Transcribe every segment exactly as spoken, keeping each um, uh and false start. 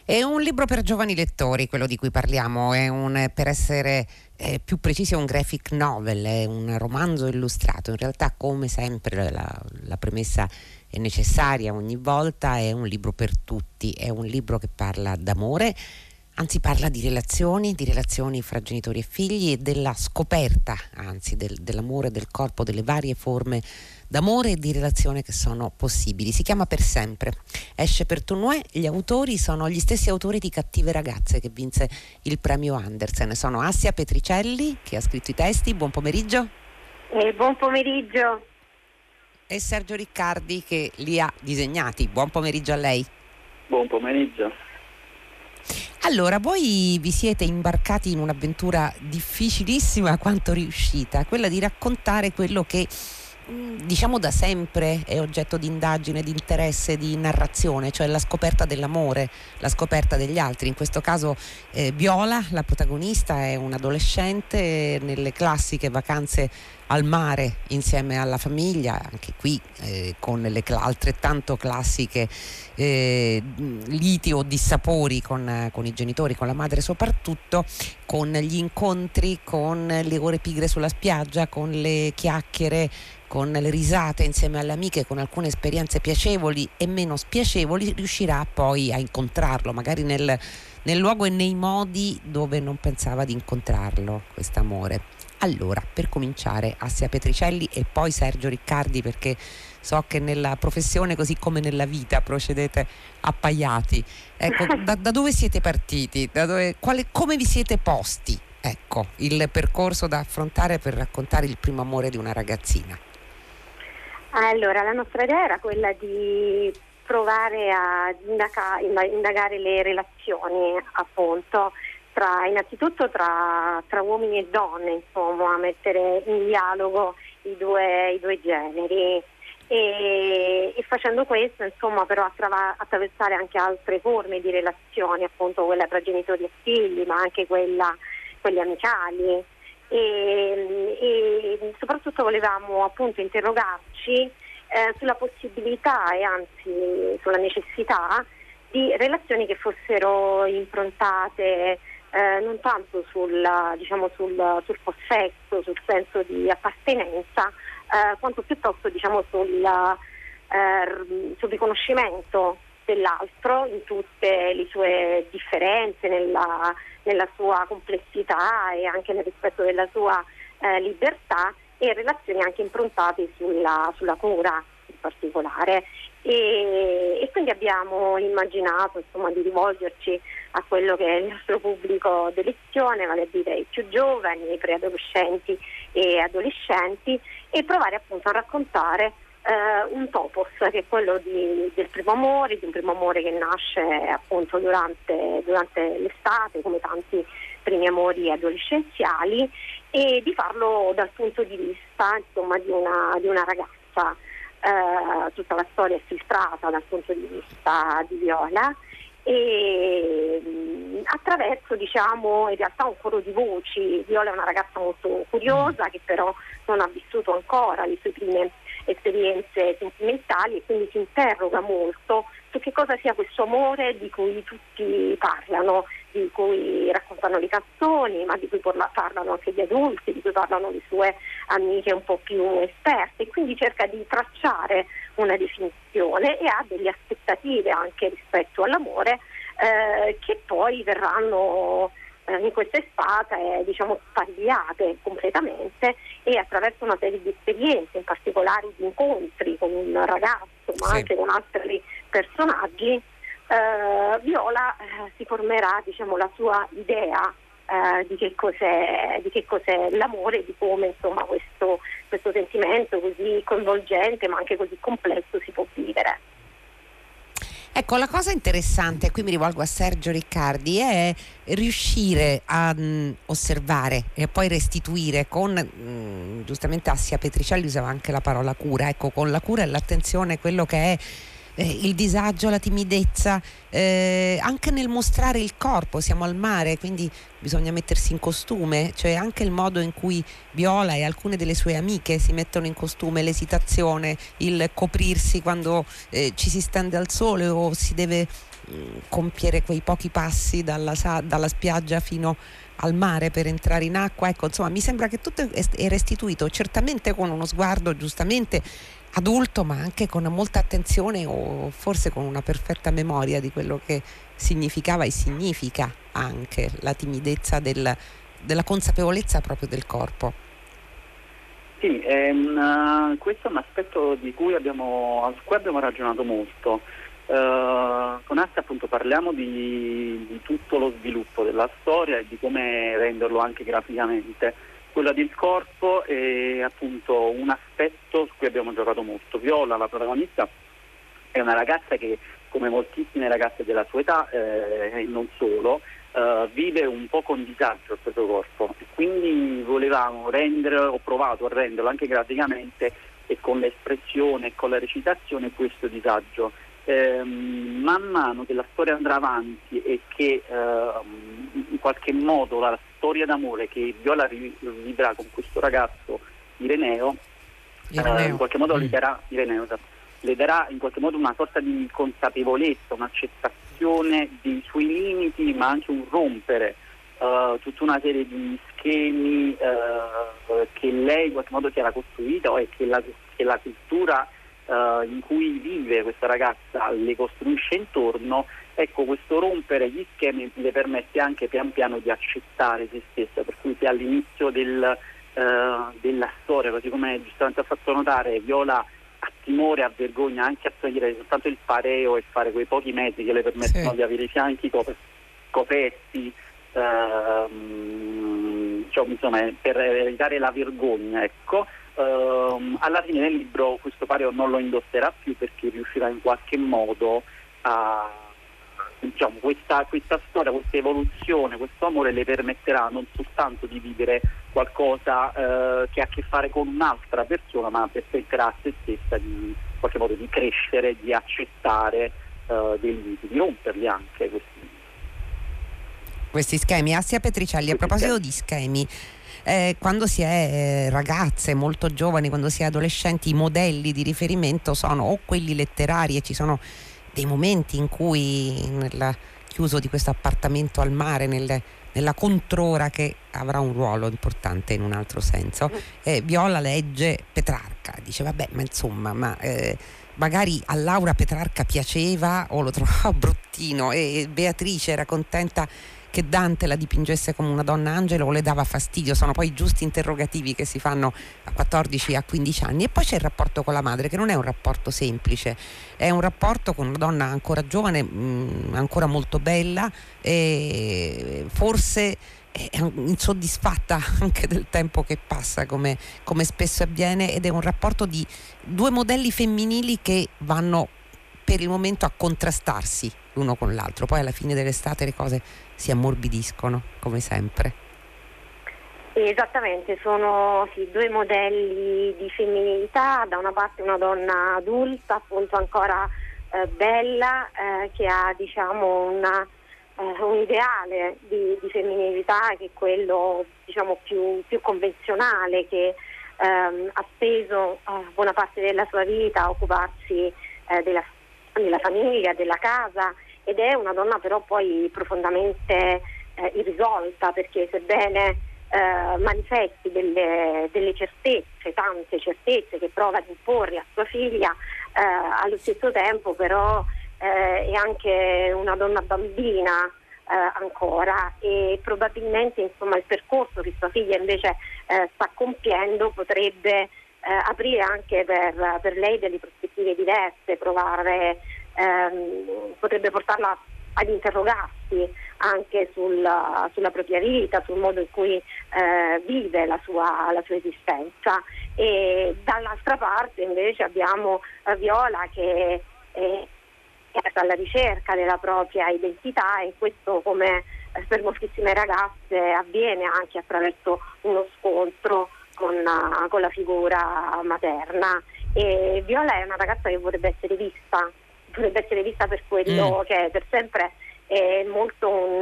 È un libro per giovani lettori, quello di cui parliamo, è un, per essere eh, più precisi, è un graphic novel, è un romanzo illustrato. In realtà, come sempre, la, la premessa è necessaria ogni volta, è un libro per tutti, è un libro che parla d'amore, anzi parla di relazioni, di relazioni fra genitori e figli e della scoperta, anzi del, dell'amore, del corpo, delle varie forme d'amore e di relazione che sono possibili. Si chiama Per sempre, esce per Tournois, gli autori sono gli stessi autori di Cattive ragazze che vinse il premio Andersen, sono Assia Petricelli che ha scritto i testi, buon pomeriggio. Eh, buon pomeriggio. E Sergio Riccardi che li ha disegnati, buon pomeriggio a lei. Buon pomeriggio. Allora, voi vi siete imbarcati in un'avventura difficilissima quanto riuscita, quella di raccontare quello che diciamo da sempre è oggetto di indagine, di interesse, di narrazione, cioè la scoperta dell'amore, la scoperta degli altri. In questo caso eh, Viola, la protagonista, è un'adolescente nelle classiche vacanze al mare insieme alla famiglia, anche qui eh, con le cl- altrettanto classiche eh, liti o dissapori con, con i genitori, con la madre soprattutto, con gli incontri, con le ore pigre sulla spiaggia, con le chiacchiere, con le risate insieme alle amiche, con alcune esperienze piacevoli e meno spiacevoli, riuscirà poi a incontrarlo, magari nel, nel luogo e nei modi dove non pensava di incontrarlo, quest'amore. Allora, per cominciare, Assia Petricelli e poi Sergio Riccardi, perché so che nella professione, così come nella vita, procedete appaiati. Ecco, da, da dove siete partiti? Da dove, quale, come vi siete posti? Ecco, il percorso da affrontare per raccontare il primo amore di una ragazzina. Allora, la nostra idea era quella di provare a indaga- indagare le relazioni, appunto, tra, innanzitutto tra, tra uomini e donne, insomma, mettere in dialogo i due, i due generi e, e facendo questo, insomma, però attrava- attraversare anche altre forme di relazioni, appunto quella tra genitori e figli, ma anche quella, quelle amicali. E, e soprattutto volevamo appunto interrogarci eh, sulla possibilità e anzi sulla necessità di relazioni che fossero improntate eh, non tanto sul, diciamo, sul, sul possesso, sul senso di appartenenza, eh, quanto piuttosto diciamo sul, eh, sul riconoscimento dell'altro in tutte le sue differenze, nella, nella sua complessità e anche nel rispetto della sua eh, libertà, e relazioni anche improntate sulla, sulla cura in particolare. E, e quindi abbiamo immaginato, insomma, di rivolgerci a quello che è il nostro pubblico d'elezione, vale a dire i più giovani, i preadolescenti e adolescenti, e provare appunto a raccontare Uh, un topos che è quello di, del primo amore, di un primo amore che nasce appunto durante, durante l'estate, come tanti primi amori adolescenziali, e di farlo dal punto di vista, insomma, di una, di una ragazza. Uh, tutta la storia è filtrata dal punto di vista di Viola e mh, attraverso, diciamo, in realtà un coro di voci. Viola è una ragazza molto curiosa che però non ha vissuto ancora le sue prime esperienze sentimentali e quindi si interroga molto su che cosa sia questo amore di cui tutti parlano, di cui raccontano le canzoni, ma di cui parlano anche gli adulti, di cui parlano le sue amiche un po' più esperte, e quindi cerca di tracciare una definizione e ha delle aspettative anche rispetto all'amore eh, che poi verranno in questa estate, diciamo, tagliate completamente, e attraverso una serie di esperienze, in particolare di incontri con un ragazzo ma sì. anche con altri personaggi, eh, Viola eh, si formerà, diciamo, la sua idea eh, di che cos'è di che cos'è l'amore, di come, insomma, questo, questo sentimento così coinvolgente ma anche così complesso si può vivere. Ecco, la cosa interessante, qui mi rivolgo a Sergio Riccardi, è riuscire a mh, osservare e poi restituire con, mh, giustamente Assia Petricelli usava anche la parola cura, ecco, con la cura e l'attenzione quello che è eh, il disagio, la timidezza, eh, anche nel mostrare il corpo. Siamo al mare, quindi bisogna mettersi in costume, cioè anche il modo in cui Viola e alcune delle sue amiche si mettono in costume, l'esitazione, il coprirsi quando eh, ci si stende al sole o si deve compiere quei pochi passi dalla, dalla spiaggia fino al mare per entrare in acqua. Ecco, insomma, mi sembra che tutto è restituito certamente con uno sguardo giustamente adulto, ma anche con molta attenzione, o forse con una perfetta memoria di quello che significava e significa anche la timidezza del, della consapevolezza proprio del corpo. Sì, ehm, questo è un aspetto di cui abbiamo, su cui abbiamo ragionato molto. Uh, con Assia appunto parliamo di, di tutto lo sviluppo della storia e di come renderlo anche graficamente. Quello del corpo è appunto un aspetto su cui abbiamo giocato molto. Viola, la protagonista, è una ragazza che, come moltissime ragazze della sua età eh, e non solo, uh, vive un po' con disagio il proprio corpo, e quindi volevamo rendere, ho provato a renderlo anche graficamente e con l'espressione e con la recitazione questo disagio. Eh, man mano che la storia andrà avanti e che eh, in qualche modo la storia d'amore che Viola vivrà con questo ragazzo Ireneo, Ireneo. Eh, in qualche modo mm. le darà Ireneo, le darà in qualche modo una sorta di consapevolezza, un'accettazione dei suoi limiti, ma anche un rompere uh, tutta una serie di schemi uh, che lei in qualche modo si era costruita e che la, che la cultura Uh, in cui vive questa ragazza le costruisce intorno. Ecco, questo rompere gli schemi le permette anche pian piano di accettare se stessa, per cui se all'inizio del, uh, della storia, così come giustamente ha fatto notare, Viola ha timore, ha vergogna anche a togliere soltanto il pareo e fare quei pochi metri che le permettono sì. di avere i fianchi cop- coperti, uh, diciamo, insomma, per evitare la vergogna, ecco. Uh, alla fine del libro questo pareo non lo indosserà più, perché riuscirà in qualche modo a, diciamo, questa, questa storia, questa evoluzione, questo amore le permetterà non soltanto di vivere qualcosa uh, che ha a che fare con un'altra persona, ma permetterà a se stessa di in qualche modo di crescere, di accettare uh, dei limiti, di romperli anche questi, questi schemi. Assia Petricelli, a proposito schemi. di schemi, Eh, quando si è eh, ragazze molto giovani, quando si è adolescenti, i modelli di riferimento sono o quelli letterari, e ci sono dei momenti in cui nel chiuso di questo appartamento al mare, nel, nella controra che avrà un ruolo importante in un altro senso, eh, Viola legge Petrarca, dice vabbè, ma insomma, ma eh, magari a Laura Petrarca piaceva o lo trovava bruttino, e Beatrice era contenta che Dante la dipingesse come una donna angelo o le dava fastidio. Sono poi i giusti interrogativi che si fanno a quattordici a quindici anni. E poi c'è il rapporto con la madre, che non è un rapporto semplice, è un rapporto con una donna ancora giovane, mh, ancora molto bella, e forse è insoddisfatta anche del tempo che passa, come, come spesso avviene, ed è un rapporto di due modelli femminili che vanno per il momento a contrastarsi l'uno con l'altro. Poi alla fine dell'estate le cose si ammorbidiscono, come sempre. Esattamente, sono sì, due modelli di femminilità. Da una parte una donna adulta, appunto ancora eh, bella, eh, che ha diciamo una, eh, un ideale di, di femminilità, che è quello diciamo più, più convenzionale, che ehm, ha speso eh, buona parte della sua vita a occuparsi eh, della della famiglia, della casa, ed è una donna però poi profondamente eh, irrisolta, perché sebbene eh, manifesti delle, delle certezze, tante certezze che prova ad imporre a sua figlia, eh, allo stesso tempo però eh, è anche una donna bambina eh, ancora, e probabilmente insomma il percorso che sua figlia invece eh, sta compiendo potrebbe Eh, aprire anche per, per lei delle prospettive diverse, provare, ehm, potrebbe portarla ad interrogarsi anche sulla, sulla propria vita, sul modo in cui eh, vive la sua, la sua esistenza. E dall'altra parte invece abbiamo eh, Viola che è, è alla ricerca della propria identità, e questo, come eh, per moltissime ragazze, avviene anche attraverso uno scontro Con, uh, con la figura materna. E Viola è una ragazza che vorrebbe essere vista, vorrebbe essere vista per quello mm. che è, per sempre. È molto un,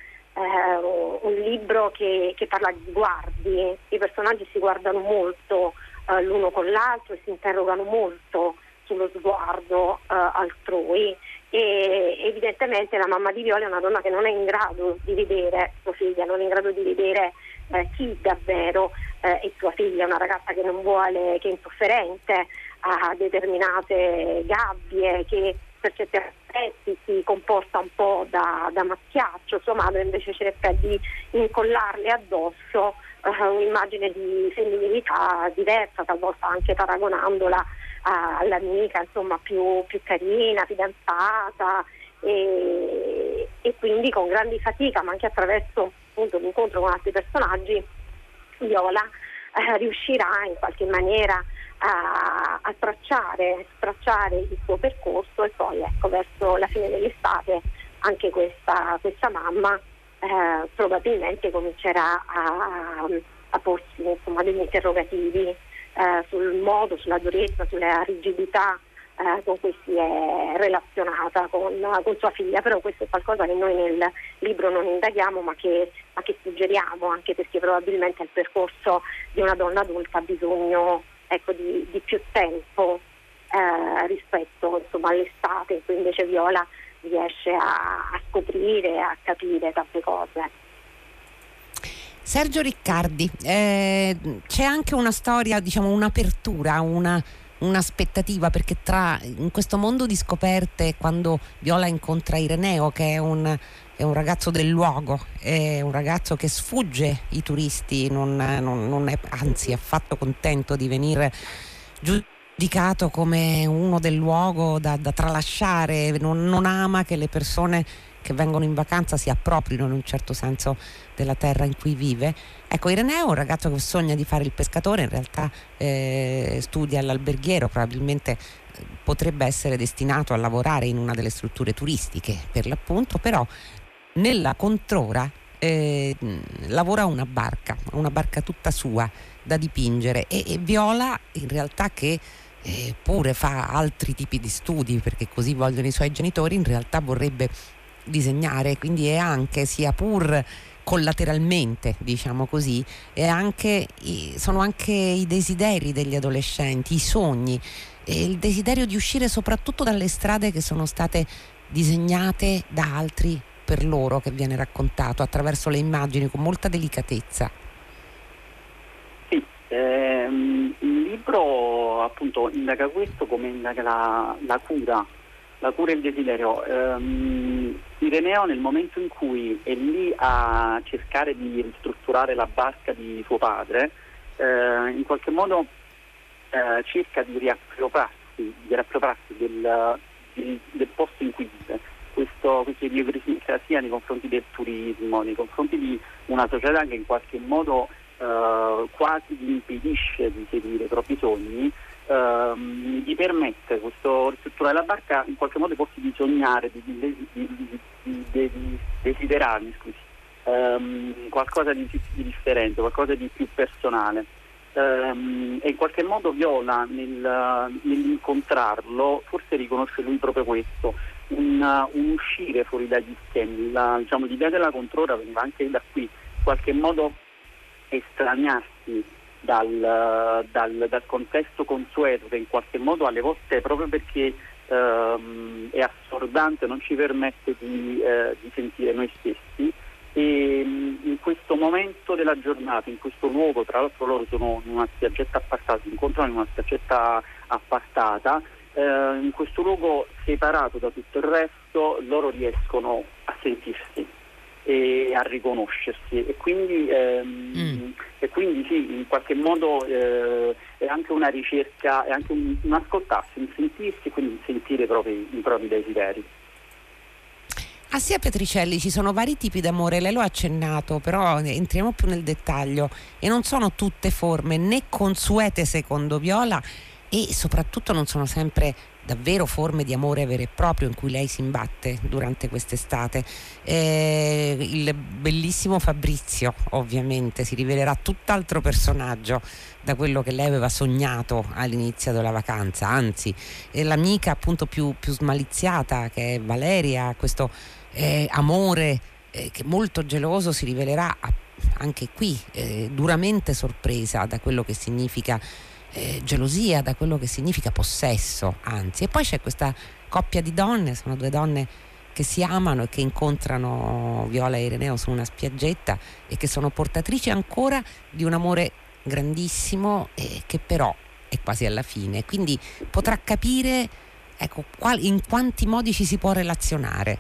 uh, un libro che, che parla di sguardi. I personaggi si guardano molto uh, l'uno con l'altro e si interrogano molto sullo sguardo uh, altrui, e evidentemente la mamma di Viola è una donna che non è in grado di vedere sua figlia, non è in grado di vedere eh, chi davvero eh, è sua figlia, una ragazza che non vuole, che è insofferente a determinate gabbie, che per certi aspetti si comporta un po' da, da maschiaccio. Sua madre invece cerca di incollarle addosso uh, un'immagine di femminilità diversa, talvolta anche paragonandola uh, all'amica, insomma, più, più carina, fidanzata, e, e quindi con grandi fatica, ma anche attraverso appunto l'incontro con altri personaggi, Viola uh, riuscirà in qualche maniera A, a tracciare, tracciare il suo percorso, e poi ecco, verso la fine dell'estate anche questa, questa mamma eh, probabilmente comincerà a, a porsi, insomma, degli interrogativi eh, sul modo, sulla durezza, sulla rigidità eh, con cui si è relazionata con, con sua figlia. Però questo è qualcosa che noi nel libro non indaghiamo, ma che, ma che suggeriamo, anche perché probabilmente il percorso di una donna adulta ha bisogno, ecco, di, di più tempo eh, rispetto, insomma, all'estate, in cui invece Viola riesce a, a scoprire, a capire tante cose. Sergio Riccardi, eh, c'è anche una storia, diciamo un'apertura, una, un'aspettativa, perché tra in questo mondo di scoperte, quando Viola incontra Ireneo, che è un è un ragazzo del luogo, è un ragazzo che sfugge i turisti, non, non, non è anzi affatto contento di venire giudicato come uno del luogo da, da tralasciare, non, non ama che le persone che vengono in vacanza si approprino in un certo senso della terra in cui vive. Ecco, Ireneo è un ragazzo che sogna di fare il pescatore, in realtà eh, studia all'alberghiero, probabilmente potrebbe essere destinato a lavorare in una delle strutture turistiche per l'appunto, però nella controra eh, lavora una barca, una barca tutta sua da dipingere, e, e Viola, in realtà, che eh, pure fa altri tipi di studi perché così vogliono i suoi genitori, in realtà vorrebbe disegnare, quindi è anche, sia pur collateralmente, diciamo così, è anche, sono anche i desideri degli adolescenti, i sogni, e il desiderio di uscire soprattutto dalle strade che sono state disegnate da altri per loro, che viene raccontato attraverso le immagini con molta delicatezza. Sì, ehm, il libro appunto indaga questo, come indaga la, la cura, la cura e il desiderio. Ehm, Ireneo, nel momento in cui è lì a cercare di ristrutturare la barca di suo padre, eh, in qualche modo eh, cerca di riappropriarsi, di riappropriarsi del, del, del posto in cui vive. Questo, questa idiosincrasia nei confronti del turismo, nei confronti di una società che in qualche modo eh, quasi gli impedisce di seguire i propri sogni, ehm, gli permette, questo ristrutturare la barca, in qualche modo posti di sognare, di, di, di, di, di, di desiderare, scusi, ehm, qualcosa di, di differente, qualcosa di più personale. Ehm, e in qualche modo Viola, nel, nell'incontrarlo, forse riconosce lui proprio questo. Un, un uscire fuori dagli schemi, la, diciamo, l'idea della controra veniva anche da qui, in qualche modo estraniarsi dal, dal, dal contesto consueto, che in qualche modo alle volte, proprio perché ehm, è assordante, non ci permette di, eh, di sentire noi stessi. E in questo momento della giornata, in questo luogo, tra l'altro loro sono in una spiaggetta appartata, si incontrano in una spiaggetta appartata, Uh, in questo luogo separato da tutto il resto, loro riescono a sentirsi e a riconoscersi, e quindi, ehm, mm. e quindi sì, in qualche modo eh, è anche una ricerca, è anche un, un ascoltarsi, un sentirsi, quindi sentire i propri, i propri desideri. Ah sì, a Petricelli ci sono vari tipi d'amore, lei lo ha accennato, però entriamo più nel dettaglio, e non sono tutte forme né consuete secondo Viola, e soprattutto non sono sempre davvero forme di amore vero e proprio in cui lei si imbatte durante quest'estate. Eh, il bellissimo Fabrizio ovviamente si rivelerà tutt'altro personaggio da quello che lei aveva sognato all'inizio della vacanza, anzi è l'amica appunto più, più smaliziata, che è Valeria, questo eh, amore eh, che molto geloso si rivelerà a, anche qui eh, duramente sorpresa da quello che significa Eh, gelosia, da quello che significa possesso, anzi. E poi c'è questa coppia di donne, sono due donne che si amano e che incontrano Viola e Ireneo su una spiaggetta e che sono portatrici ancora di un amore grandissimo e che però è quasi alla fine, quindi potrà capire, ecco, qual, in quanti modi ci si può relazionare.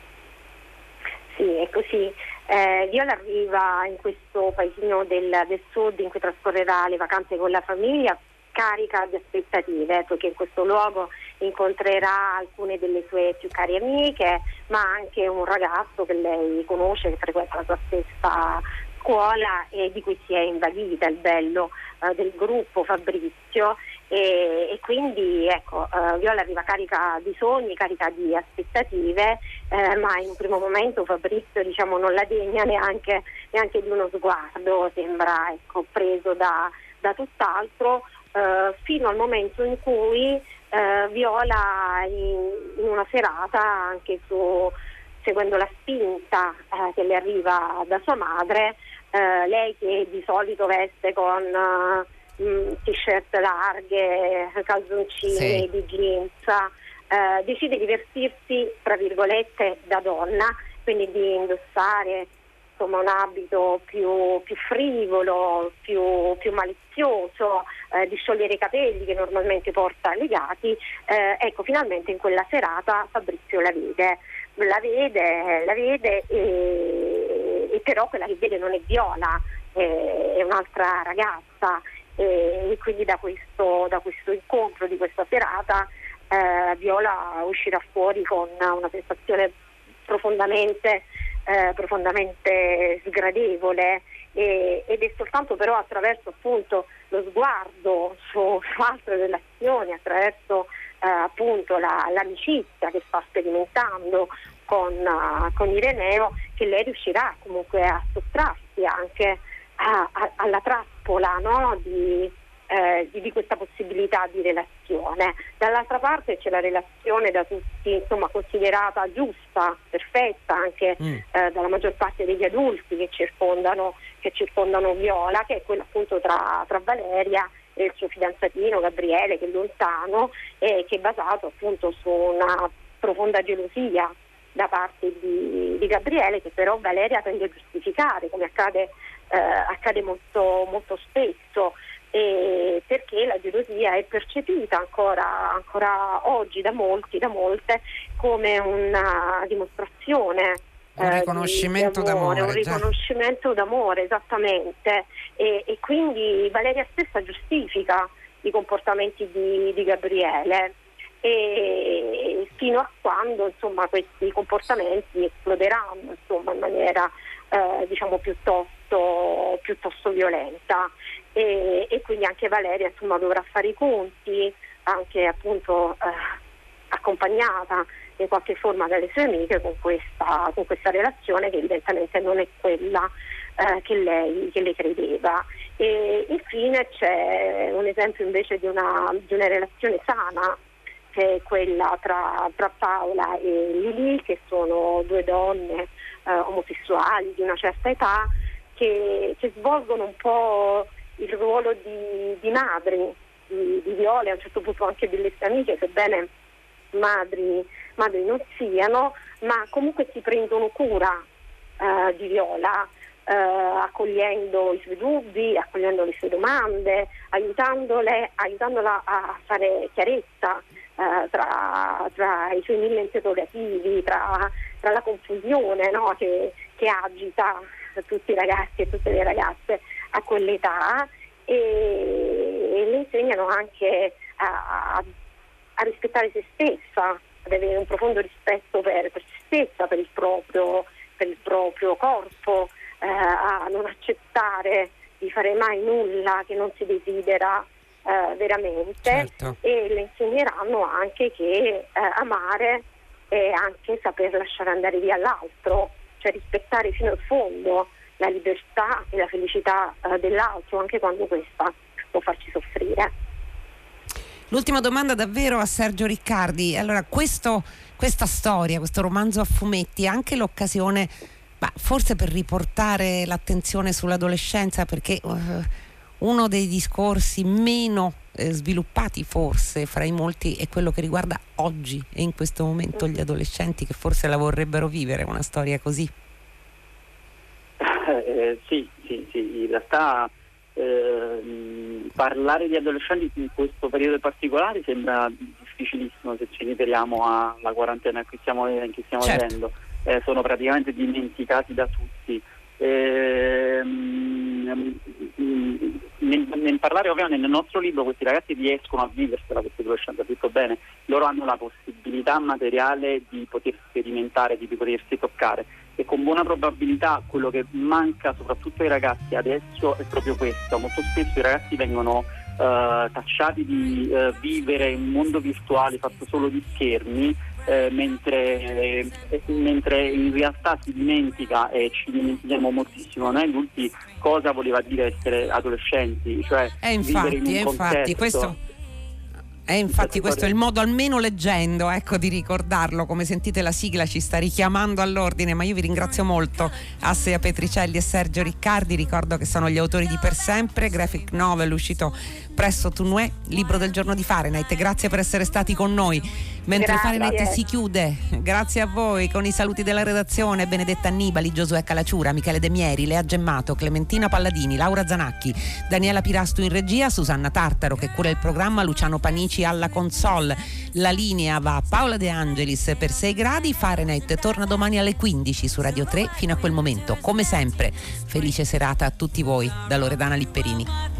Sì, è così. Eh, Viola arriva in questo paesino del, del sud in cui trascorrerà le vacanze con la famiglia, carica di aspettative, perché in questo luogo incontrerà alcune delle sue più care amiche, ma anche un ragazzo che lei conosce, che frequenta la sua stessa scuola e di cui si è invaghita, il bello eh, del gruppo, Fabrizio, e, e quindi ecco, eh, Viola arriva carica di sogni, carica di aspettative, eh, ma in un primo momento Fabrizio, diciamo, non la degna neanche, neanche di uno sguardo, sembra, ecco, preso da, da tutt'altro, eh, fino al momento in cui eh, Viola in, in una serata, anche su seguendo la spinta eh, che le arriva da sua madre, eh, lei che di solito veste con uh, mh, t-shirt larghe, calzoncini sì. di jeans, eh, decide di vestirsi, tra virgolette, da donna, quindi di indossare, insomma, un abito più, più frivolo, più, più malizioso, eh, di sciogliere i capelli che normalmente porta legati. Eh, ecco, finalmente in quella serata Fabrizio la vede. La vede, la vede e, e però quella che vede non è Viola, è, è un'altra ragazza, e, e quindi da questo, da questo incontro di questa serata eh, Viola uscirà fuori con una sensazione profondamente, eh, profondamente sgradevole, e, ed è soltanto però attraverso appunto lo sguardo su, su altre relazioni, attraverso Uh, appunto la, l'amicizia che sta sperimentando con, uh, con Ireneo, che lei riuscirà comunque a sottrarsi anche a, a, alla trappola, no? di, eh, di, di questa possibilità di relazione. Dall'altra parte c'è la relazione da tutti, insomma, considerata giusta, perfetta anche mm. eh, dalla maggior parte degli adulti che circondano, che circondano Viola, che è quella appunto tra, tra Valeria e il suo fidanzatino Gabriele, che è lontano e che è basato appunto su una profonda gelosia da parte di, di Gabriele, che però Valeria tende a giustificare, come accade, eh, accade molto, molto spesso, e perché la gelosia è percepita ancora, ancora oggi da molti, da molte, come una dimostrazione, un riconoscimento di, di amore, d'amore, un riconoscimento già. d'amore, esattamente, e, e quindi Valeria stessa giustifica i comportamenti di, di Gabriele, e fino a quando, insomma, questi comportamenti esploderanno, insomma, in maniera eh, diciamo piuttosto, piuttosto violenta, e, e quindi anche Valeria, insomma, dovrà fare i conti, anche appunto eh, accompagnata in qualche forma dalle sue amiche, con questa, con questa relazione che evidentemente non è quella eh, che lei, che lei credeva. E infine c'è un esempio invece di una, di una relazione sana, che è quella tra, tra Paola e Lili, che sono due donne eh, omosessuali di una certa età, che, che svolgono un po' il ruolo di, di madri di, di Viola, e a un certo punto anche delle sue amiche, sebbene madri, madri non siano, ma comunque si prendono cura eh, di Viola, eh, accogliendo i suoi dubbi, accogliendo le sue domande, aiutandole, aiutandola a fare chiarezza eh, tra, tra i suoi mille interrogativi, tra, tra la confusione, no, che, che agita tutti i ragazzi e tutte le ragazze a quell'età, e, e le insegnano anche a, a a rispettare se stessa, ad avere un profondo rispetto per, per se stessa, per il proprio, per il proprio corpo, eh, a non accettare di fare mai nulla che non si desidera eh, veramente, certo. E le insegneranno anche che eh, amare è anche saper lasciare andare via l'altro, cioè rispettare fino al fondo la libertà e la felicità eh, dell'altro, anche quando questa può farci soffrire. L'ultima domanda davvero a Sergio Riccardi. Allora, questo, questa storia, questo romanzo a fumetti è anche l'occasione, ma forse per riportare l'attenzione sull'adolescenza, perché uh, uno dei discorsi meno eh, sviluppati forse fra i molti è quello che riguarda oggi e in questo momento gli adolescenti, che forse la vorrebbero vivere una storia così. Eh, sì, sì, sì, in realtà eh, parlare di adolescenti in questo periodo particolare sembra difficilissimo se ci riferiamo alla quarantena che stiamo, che stiamo certo. vivendo. Eh, sono praticamente dimenticati da tutti. Eh, nel, nel parlare ovviamente nel nostro libro questi ragazzi riescono a viversela questa adolescenza, tutto bene, loro hanno la possibilità materiale di poter sperimentare, di potersi toccare, e con buona probabilità quello che manca soprattutto ai ragazzi adesso è proprio questo. Molto spesso i ragazzi vengono uh, tacciati di uh, vivere un mondo virtuale fatto solo di schermi, eh, mentre, eh, mentre in realtà si dimentica, e ci dimentichiamo moltissimo noi adulti, cosa voleva dire essere adolescenti, cioè eh, infatti, vivere in un infatti, contesto. questo... E eh, infatti questo è il modo, almeno leggendo, ecco, di ricordarlo. Come sentite la sigla ci sta richiamando all'ordine, ma io vi ringrazio molto, Assia Petricelli e Sergio Riccardi. Ricordo che sono gli autori di Per Sempre, graphic novel uscito presso Tunue, libro del giorno di Fahrenheit. Grazie per essere stati con noi mentre Grazie. Fahrenheit si chiude. Grazie a voi, con i saluti della redazione: Benedetta Annibali, Giosuè Calacciura, Michele De Mieri, Lea Gemmato, Clementina Palladini, Laura Zanacchi, Daniela Pirastu in regia, Susanna Tartaro che cura il programma, Luciano Panici alla console. La linea va a Paola De Angelis per sei gradi. Fahrenheit torna domani alle quindici su Radio tre. Fino a quel momento, come sempre, felice serata a tutti voi da Loredana Lipperini.